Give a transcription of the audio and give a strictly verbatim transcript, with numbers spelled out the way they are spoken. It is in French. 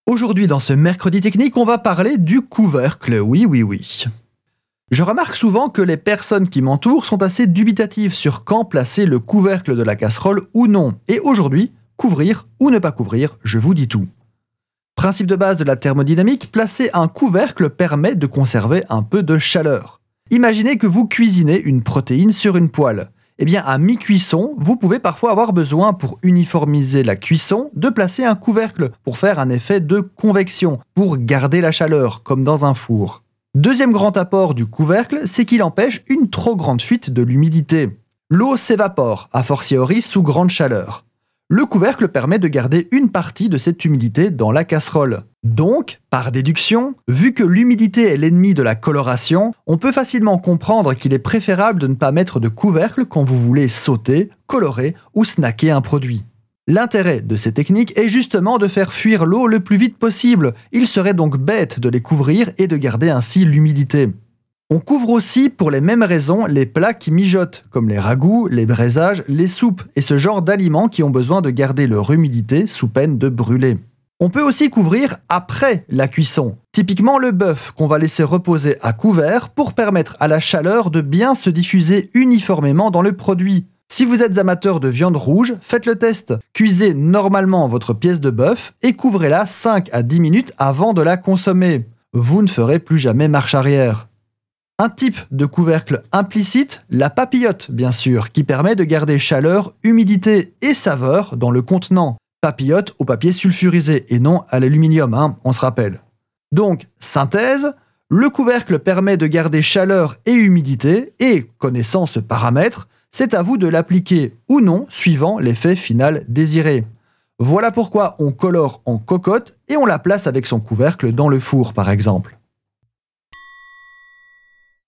Aujourd'hui, dans ce mercredi technique, on va parler du couvercle. Oui, oui, oui. Je remarque souvent que les personnes qui m'entourent sont assez dubitatives sur quand placer le couvercle de la casserole ou non. Et aujourd'hui, couvrir ou ne pas couvrir, je vous dis tout. Principe de base de la thermodynamique, placer un couvercle permet de conserver un peu de chaleur. Imaginez que vous cuisinez une protéine sur une poêle. Eh bien, à mi-cuisson, vous pouvez parfois avoir besoin, pour uniformiser la cuisson, de placer un couvercle pour faire un effet de convection, pour garder la chaleur, comme dans un four. Deuxième grand apport du couvercle, c'est qu'il empêche une trop grande fuite de l'humidité. L'eau s'évapore, a fortiori sous grande chaleur. Le couvercle permet de garder une partie de cette humidité dans la casserole. Donc, par déduction, vu que l'humidité est l'ennemi de la coloration, on peut facilement comprendre qu'il est préférable de ne pas mettre de couvercle quand vous voulez sauter, colorer ou snacker un produit. L'intérêt de ces techniques est justement de faire fuir l'eau le plus vite possible. Il serait donc bête de les couvrir et de garder ainsi l'humidité. On couvre aussi pour les mêmes raisons les plats qui mijotent, comme les ragoûts, les braisages, les soupes et ce genre d'aliments qui ont besoin de garder leur humidité sous peine de brûler. On peut aussi couvrir après la cuisson, typiquement le bœuf qu'on va laisser reposer à couvert pour permettre à la chaleur de bien se diffuser uniformément dans le produit. Si vous êtes amateur de viande rouge, faites le test. Cuisez normalement votre pièce de bœuf et couvrez-la cinq à dix minutes avant de la consommer. Vous ne ferez plus jamais marche arrière. Un type de couvercle implicite, la papillote bien sûr, qui permet de garder chaleur, humidité et saveur dans le contenant. Papillote au papier sulfurisé et non à l'aluminium, hein, on se rappelle. Donc, synthèse, le couvercle permet de garder chaleur et humidité et, connaissant ce paramètre, c'est à vous de l'appliquer ou non suivant l'effet final désiré. Voilà pourquoi on colore en cocotte et on la place avec son couvercle dans le four par exemple.